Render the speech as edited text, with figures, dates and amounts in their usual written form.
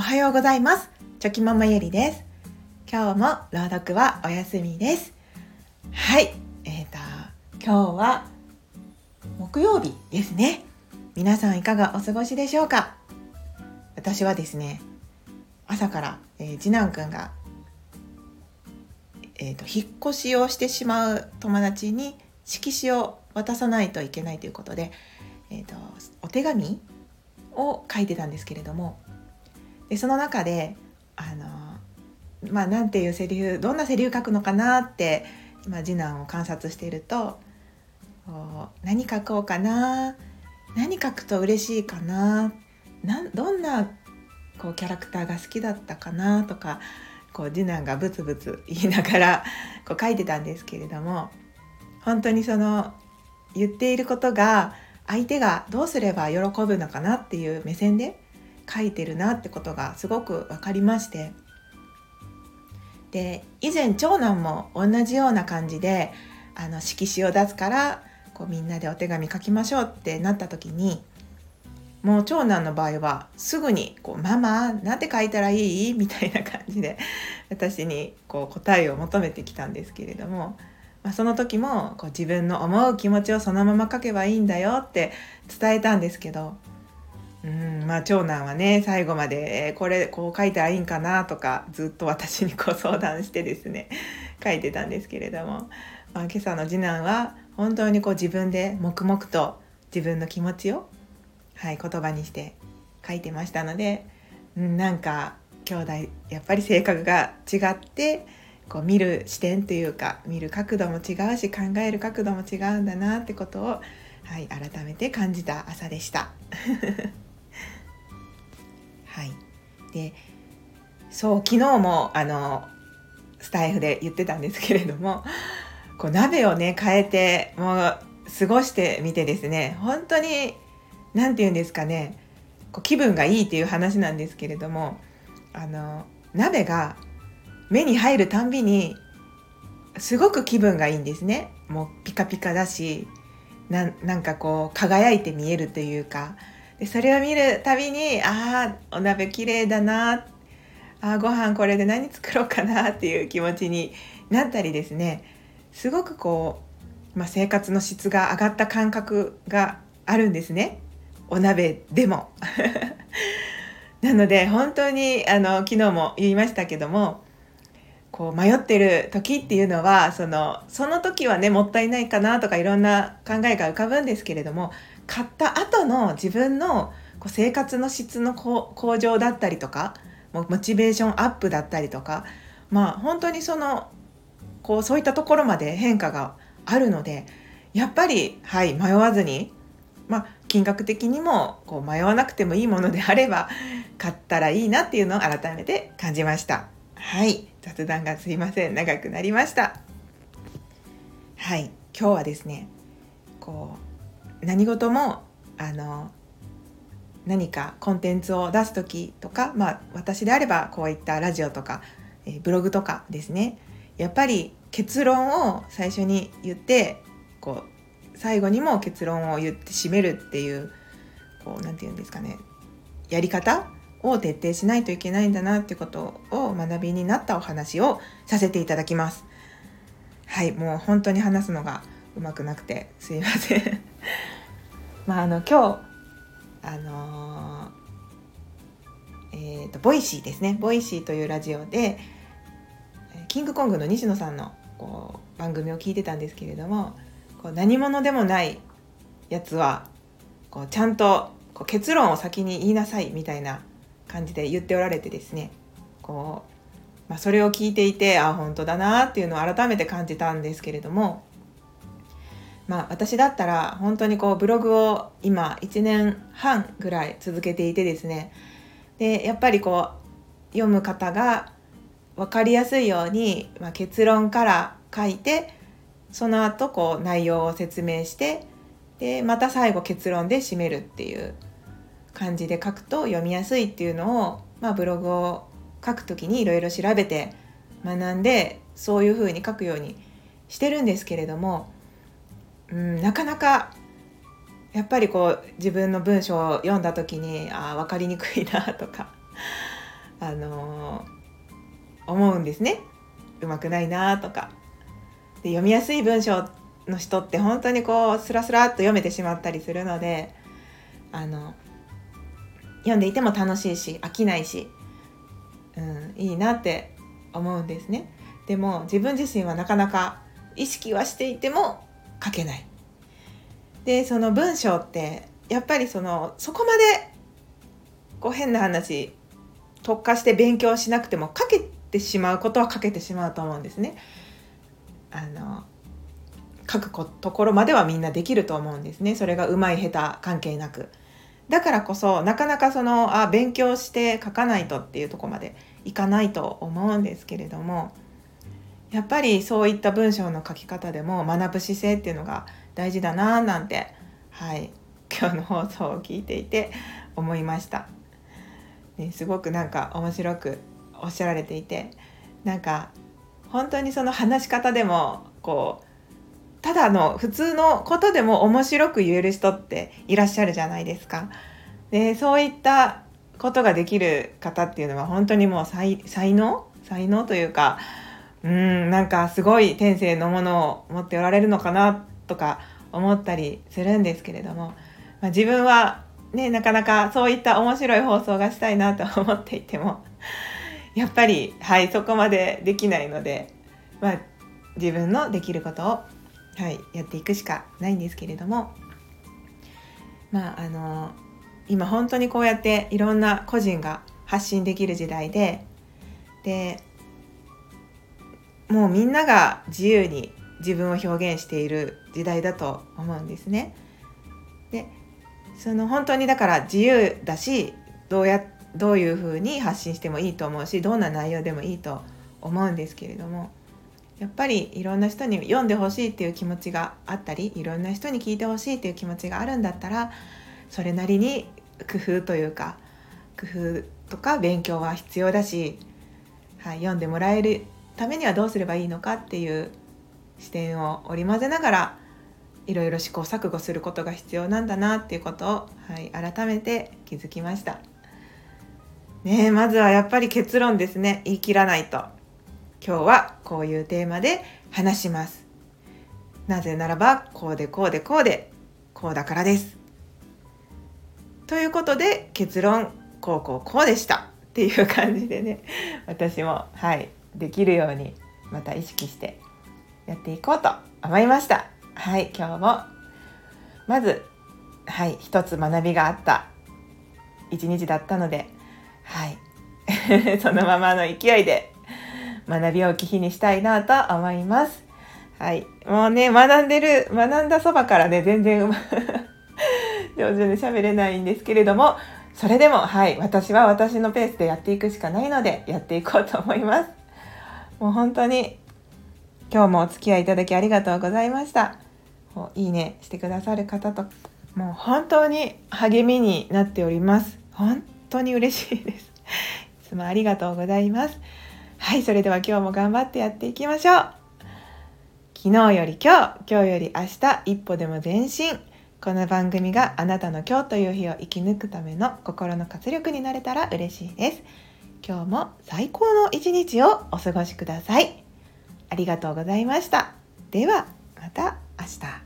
はようございます。チョキママゆりです。今日も朗読はお休みです。はい、今日は木曜日ですね。皆さんいかがお過ごしでしょうか。私はですね、朝から、次男くんが、引っ越しをしてしまう友達に色紙を渡さないといけないということで、お手紙を書いてたんですけれども、でその中でなんていうセリフ、どんなセリフ書くのかなって今次男を観察していると、何書こうかな、何書くと嬉しいかな、どんなキャラクターが好きだったかなとか、次男がブツブツ言いながら書いてたんですけれども、本当にその言っていることが相手がどうすれば喜ぶのかなっていう目線で書いてるなってことがすごく分かりまして、で以前長男も同じような感じで色紙を出すからみんなでお手紙書きましょうってなった時に、もう長男の場合はすぐにママなんて書いたらいいみたいな感じで私に答えを求めてきたんですけれども、その時も自分の思う気持ちをそのまま書けばいいんだよって伝えたんですけど、長男はね、最後までこれ書いたらいいんかなとかずっと私に相談してですね書いてたんですけれども、今朝の次男は本当に自分で黙々と自分の気持ちを、言葉にして書いてましたので、なんか兄弟やっぱり性格が違って見る視点というか見る角度も違うし、考える角度も違うんだなってことを、改めて感じた朝でしたで昨日もスタイフで言ってたんですけれども、鍋をね変えてもう過ごしてみてですね、本当になんていうんですかね、気分がいいっていう話なんですけれども、鍋が目に入るたんびにすごく気分がいいんですね。もうピカピカだし、なんか輝いて見えるというか、でそれを見るたびにお鍋綺麗だな、ご飯これで何作ろうかなっていう気持ちになったりですね、すごく生活の質が上がった感覚があるんですね、お鍋でもなので本当に昨日も言いましたけども、迷ってる時っていうのはその時はねもったいないかなとかいろんな考えが浮かぶんですけれども、買った後の自分の生活の質の向上だったりとか、モチベーションアップだったりとか、本当にそういったところまで変化があるので、やっぱり迷わずに、金額的にも迷わなくてもいいものであれば買ったらいいなっていうのを改めて感じました。雑談がすいません、長くなりました。今日はですね、何事も何かコンテンツを出すときとか、私であればこういったラジオとか、ブログとかですね、やっぱり結論を最初に言って最後にも結論を言って締めるっていうなんていうんですかね、やり方を徹底しないといけないんだなってことを学びになったお話をさせていただきます。もう本当に話すのがうまくなくてすいません今日ボイシーですね、ボイシーというラジオでキングコングの西野さんの番組を聞いてたんですけれども、何者でもないやつはちゃんと結論を先に言いなさいみたいな感じで言っておられてですね、それを聞いていて本当だなっていうのを改めて感じたんですけれども、私だったら本当にブログを今1年半ぐらい続けていてですね、でやっぱり読む方が分かりやすいように、結論から書いて、その後内容を説明して、でまた最後結論で締めるっていう感じで書くと読みやすいっていうのを、ブログを書くときにいろいろ調べて学んで、そういう風に書くようにしてるんですけれども、なかなかやっぱり自分の文章を読んだときに分かりにくいなとか、 思うんですね。うまくないなとかで、読みやすい文章の人って本当にこうスラスラっと読めてしまったりするので、読んでいても楽しいし飽きないし、いいなって思うんですね。でも自分自身はなかなか意識はしていても書けない。でその文章ってやっぱりそこまでこう変な話特化して勉強しなくても書けてしまうことは書けてしまうと思うんですね。書くところまではみんなできると思うんですね。それが上手い下手関係なく。だからこそなかなか勉強して書かないとっていうところまでいかないと思うんですけれども、やっぱりそういった文章の書き方でも学ぶ姿勢っていうのが大事だななんて、今日の放送を聞いていて思いました、すごくなんか面白くおっしゃられていて、なんか本当にその話し方でもこうただの普通のことでも面白く言える人っていらっしゃるじゃないですか。でそういったことができる方っていうのは本当にもう才能というか、なんかすごい天性のものを持っておられるのかなとか思ったりするんですけれども、自分はねなかなかそういった面白い放送がしたいなと思っていてもやっぱりそこまでできないので、自分のできることをやっていくしかないんですけれども、今本当にこうやっていろんな個人が発信できる時代でもうみんなが自由に自分を表現している時代だと思うんですね。で本当にだから自由だし、どういうふうに発信してもいいと思うし、どんな内容でもいいと思うんですけれども、やっぱりいろんな人に読んでほしいっていう気持ちがあったり、いろんな人に聞いてほしいっていう気持ちがあるんだったら、それなりに工夫とか勉強は必要だし、読んでもらえるためにはどうすればいいのかっていう視点を織り交ぜながらいろいろ試行錯誤することが必要なんだなっていうことを、改めて気づきました。まずはやっぱり結論ですね。言い切らないと。今日はこういうテーマで話します。なぜならばこうでこうでこうでこうだからです。ということで結論こうでしたっていう感じでね、私もできるようにまた意識してやっていこうと思いました。今日もまず一つ学びがあった一日だったので、そのままの勢いで学びをき日にしたいなと思います。もうね学んだそばからね全然上手に喋れないんですけれども、それでも私は私のペースでやっていくしかないのでやっていこうと思います。もう本当に今日もお付き合いいただきありがとうございました。いいねしてくださる方ともう本当に励みになっております。本当に嬉しいです。いつもありがとうございます。それでは今日も頑張ってやっていきましょう。昨日より今日より明日、一歩でも前進。この番組があなたの今日という日を生き抜くための心の活力になれたら嬉しいです。今日も最高の一日をお過ごしください。ありがとうございました。ではまた明日。